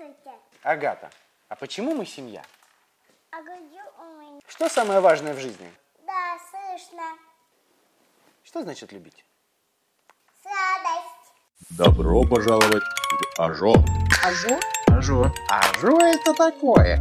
Здравствуйте. Агата, а почему мы семья? А где у меня? Что самое важное в жизни? Да, слышно. Что значит любить? Радость. Добро пожаловать в Ажо. Ажо? Ажо. Ажо это такое?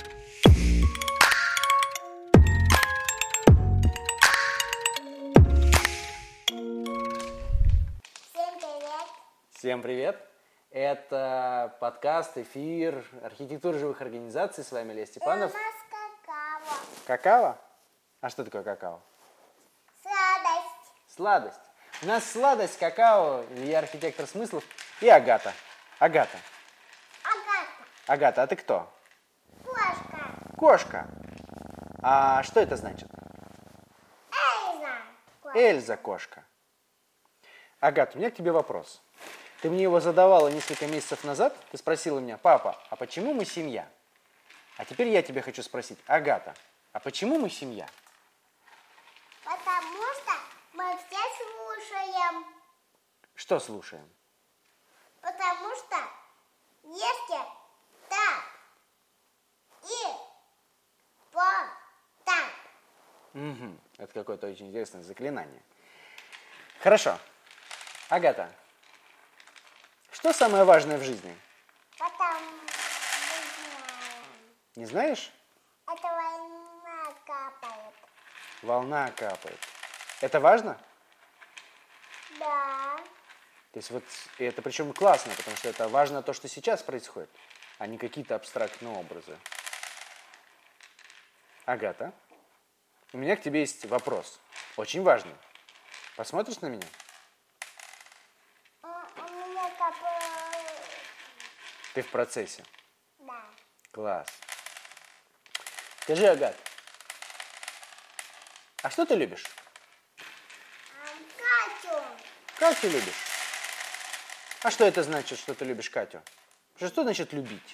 Всем привет. Всем привет! Это подкаст, эфир, архитектура живых организаций. С вами Илья И у Степанов. нас какао. Какао? А что такое какао? Радость. Сладость. У нас сладость, какао, Илья архитектор смыслов и Агата. Агата. Агата. Агата, а ты кто? Кошка. Кошка. А что это значит? Эльза. Кошка. Эльза кошка. Агата, у меня к тебе вопрос. Ты мне его задавала несколько месяцев назад. Ты спросила меня: папа, а почему мы семья? А теперь я тебя хочу спросить: Агата, а почему мы семья? Потому что мы все слушаем. Что слушаем? Потому что если так и вот так. Угу. Это какое-то очень интересное заклинание. Хорошо. Агата, что самое важное в жизни? Потому не знаю. Не знаешь? Это война капает. Волна капает. Это важно? Да. То есть вот и это причем классно, потому что это важно то, что сейчас происходит, а не какие-то абстрактные образы. Агата, у меня к тебе есть вопрос. Очень важный. Посмотришь на меня? У меня капает. Ты в процессе. Да. Класс. Скажи, Агат, а что ты любишь? Катю. Катю любишь? А что это значит, что ты любишь Катю? Что значит любить?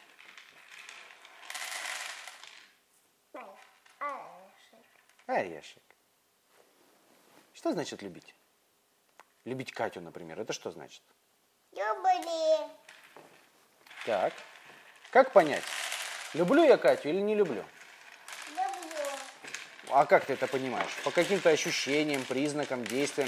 Орешек. Орешек. Что значит любить? Любить Катю, например, это что значит? Люблю. Так. Как понять, люблю я Катю или не люблю? Люблю. А как ты это понимаешь? По каким-то ощущениям, признакам, действиям?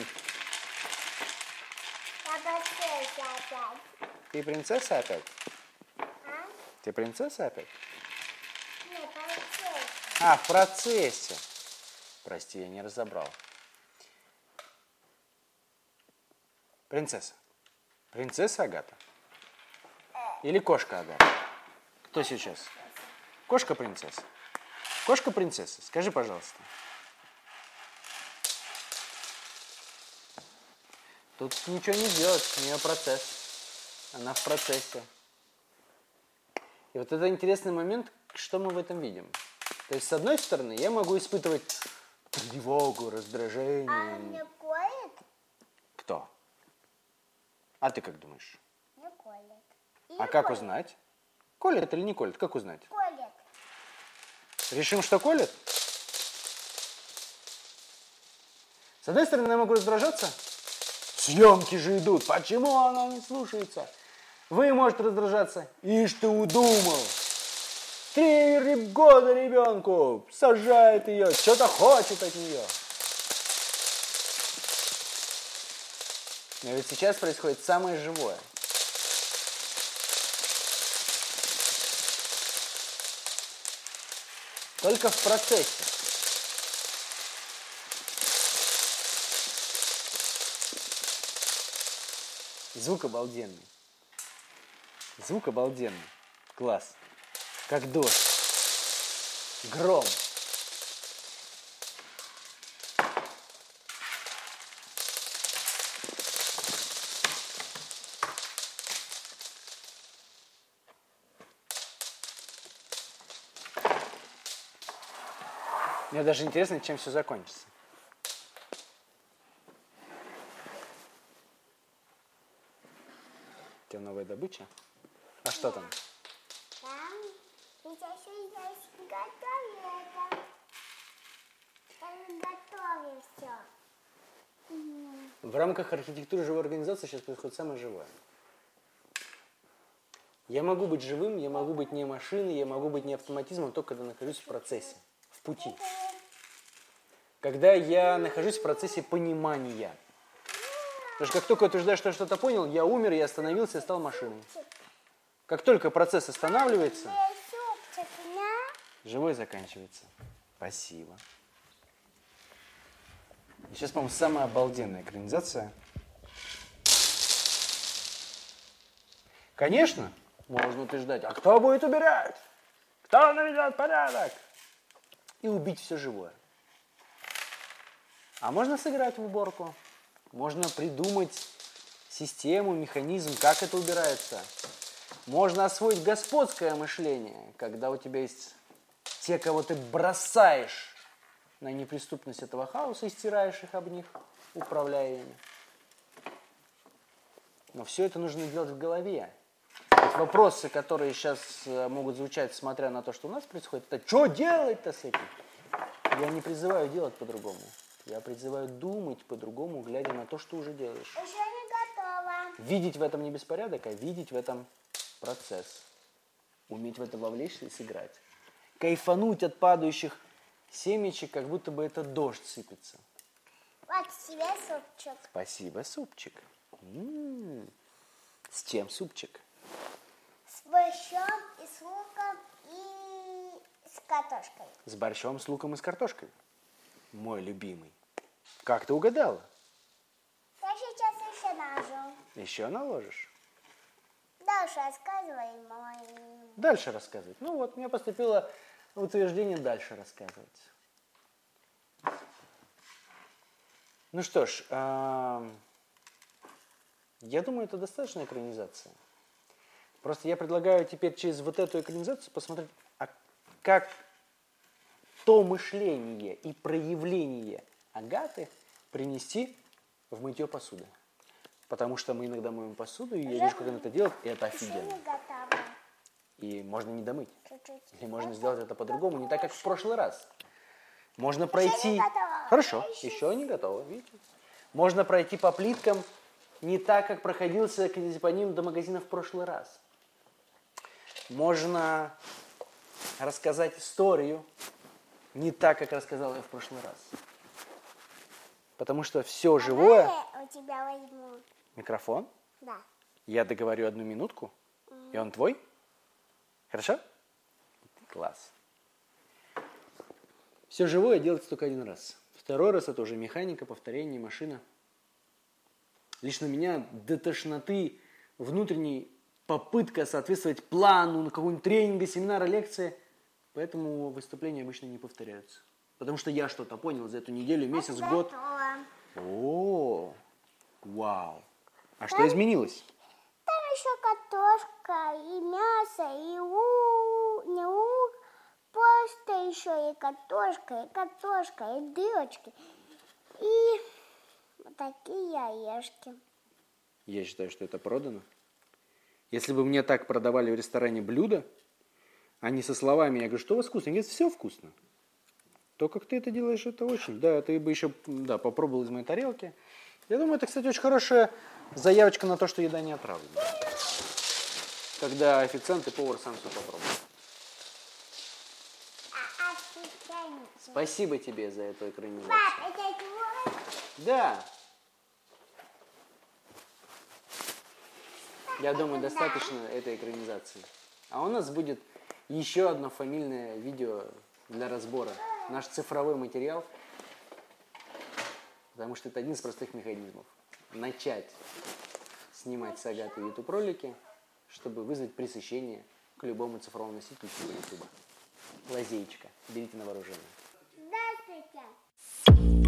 Я принцесса опять. Ты принцесса опять? А? Ты принцесса опять? Нет, принцесса. А, в процессе. Прости, я не разобрал. Принцесса. Принцесса Агата? Или кошка Агата? Кто сейчас? Кошка-принцесса. Кошка-принцесса, скажи, пожалуйста. Тут ничего не сделать, у нее процесс. Она в процессе. И вот это интересный момент, что мы в этом видим. То есть, с одной стороны, я могу испытывать тревогу, раздражение. А мне колет? Кто? А ты как думаешь? Не колет. А как узнать? Колет или не колет? Как узнать? Колет. Решим, что колет? С одной стороны, я могу раздражаться. Съемки же идут. Почему она не слушается? Вы можете раздражаться. Ишь ты удумал. 3 года ребенку. Сажает ее. Что-то хочет от нее. Но ведь сейчас происходит самое живое. Только в процессе. Звук обалденный. Звук обалденный. Класс. Как дождь. Гром. Мне даже интересно, чем все закончится. У тебя новая добыча? А что там? Там сейчас есть готовим это. Готовим все. В рамках архитектуры живой организации сейчас происходит самое живое. Я могу быть живым, я могу быть не машиной, я могу быть не автоматизмом, только когда нахожусь в процессе, в пути. Когда я нахожусь в процессе понимания. Потому что как только утверждаешь, что что-то понял, я умер, я остановился, я стал машиной. Как только процесс останавливается, живой заканчивается. Спасибо. И сейчас, по-моему, самая обалденная экранизация. Конечно, можно утверждать, а кто будет убирать? Кто наведет порядок? И убить все живое. А можно сыграть в уборку. Можно придумать систему, механизм, как это убирается. Можно освоить господское мышление, когда у тебя есть те, кого ты бросаешь на неприступность этого хаоса и стираешь их об них, управляя ими. Но все это нужно делать в голове. Вот вопросы, которые сейчас могут звучать, смотря на то, что у нас происходит, это что делать-то с этим? Я не призываю делать по-другому. Я призываю думать по-другому, глядя на то, что уже делаешь. Еще не готова. Видеть в этом не беспорядок, а видеть в этом процесс. Уметь в это вовлечься и сыграть. Кайфануть от падающих семечек, как будто бы это дождь сыпется. Вот тебе супчик. Спасибо, супчик. С чем супчик? С борщом и с луком и с картошкой. С борщом, с луком и с картошкой. Мой любимый. Как ты угадала? Я сейчас еще нажу. Еще наложишь? Дальше рассказывай, мой. Дальше рассказывать. Ну вот, мне поступило утверждение дальше рассказывать. Ну что ж, я думаю, это достаточная экранизация. Просто я предлагаю теперь через вот эту экранизацию посмотреть, как то мышление и проявление Агаты принести в мытье посуды. Потому что мы иногда моем посуду, и я вижу, как она это делает, и это Еще офигенно. не готова. И можно не домыть. Чуть-чуть. Или можно сделать это по-другому, не так, как в прошлый раз. Можно пройти... не готова. Хорошо, Еще еще не готово, видите? Можно пройти по плиткам не так, как проходился по ним до магазина в прошлый раз. Можно рассказать историю не так, как рассказал я в прошлый раз. Потому что все живое... Давай я у тебя возьму. Микрофон. Да. Я договорю 1 минутку, и он твой. Хорошо? Класс. Все живое делается только 1 раз. 2-й раз это уже механика, повторение, машина. Лично меня до тошноты внутренней попытка соответствовать плану на какого-нибудь тренинга, семинара, лекции. Поэтому выступления обычно не повторяются. Потому что я что-то понял за эту неделю, месяц, год. Готово. О, вау. А что изменилось? Там еще картошка, и мясо, и не лук. Просто еще и картошка, и дырочки. И вот такие яешки. Я считаю, что это продано. Если бы мне так продавали в ресторане блюдо, а не со словами, я говорю, что у вас вкусно? Они говорят, все вкусно. То, как ты это делаешь, это очень. Да, ты бы еще попробовал из моей тарелки. Я думаю, это, кстати, очень хорошая заявочка на то, что еда не отравлена. Когда официант и повар сам все попробует. Спасибо тебе за эту экранизацию. Пап, это твой? Да. Я думаю, достаточно этой экранизации. А у нас будет еще одно фамильное видео для разбора. Наш цифровой материал. Потому что это один из простых механизмов. Начать снимать с Агатой YouTube-ролики, чтобы вызвать пресыщение к любому цифровому носителю типа YouTube. Лазеечка. Берите на вооружение. Здравствуйте.